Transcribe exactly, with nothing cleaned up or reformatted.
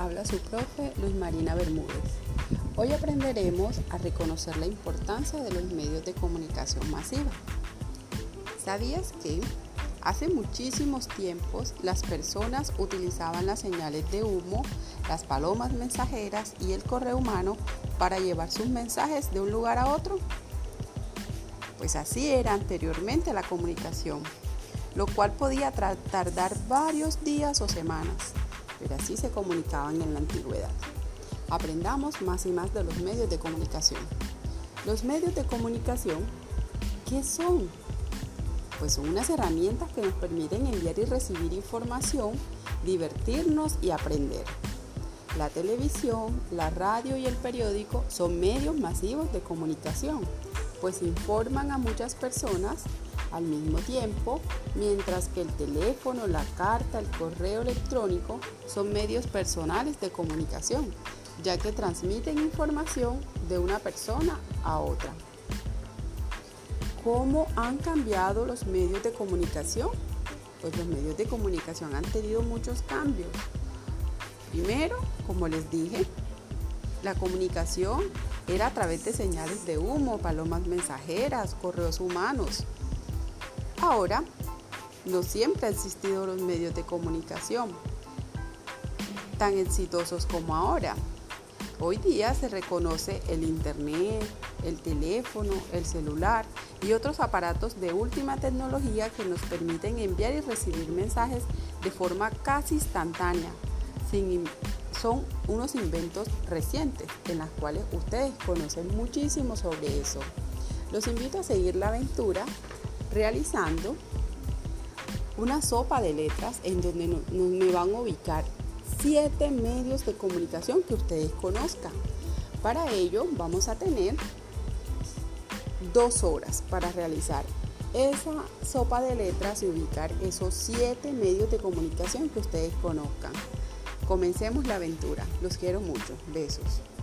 habla su profe Luz Marina Bermúdez. Hoy aprenderemos a reconocer la importancia de los medios de comunicación masiva. ¿Sabías que hace muchísimos tiempos las personas utilizaban las señales de humo, las palomas mensajeras y el correo humano para llevar sus mensajes de un lugar a otro? Pues así era anteriormente la comunicación, lo cual podía tra- tardar varios días o semanas, pero así se comunicaban en la antigüedad. Aprendamos más y más de los medios de comunicación. Los medios de comunicación, ¿qué son? Pues son unas herramientas que nos permiten enviar y recibir información, divertirnos y aprender. La televisión, la radio y el periódico son medios masivos de comunicación, pues informan a muchas personas al mismo tiempo, mientras que el teléfono, la carta, el correo electrónico son medios personales de comunicación, ya que transmiten información de una persona a otra. ¿Cómo han cambiado los medios de comunicación? Pues los medios de comunicación han tenido muchos cambios. Primero, como les dije, la comunicación era a través de señales de humo, palomas mensajeras, correos humanos. Ahora, no siempre han existido los medios de comunicación tan exitosos como ahora. Hoy día se reconoce el internet, el teléfono, el celular y otros aparatos de última tecnología que nos permiten enviar y recibir mensajes de forma casi instantánea. Sin, son unos inventos recientes en los cuales ustedes conocen muchísimo sobre eso. Los invito a seguir la aventura realizando una sopa de letras en donde nos, nos me van a ubicar siete medios de comunicación que ustedes conozcan. Para ello vamos a tener dos horas para realizar esa sopa de letras y ubicar esos siete medios de comunicación que ustedes conozcan. Comencemos la aventura. Los quiero mucho. Besos.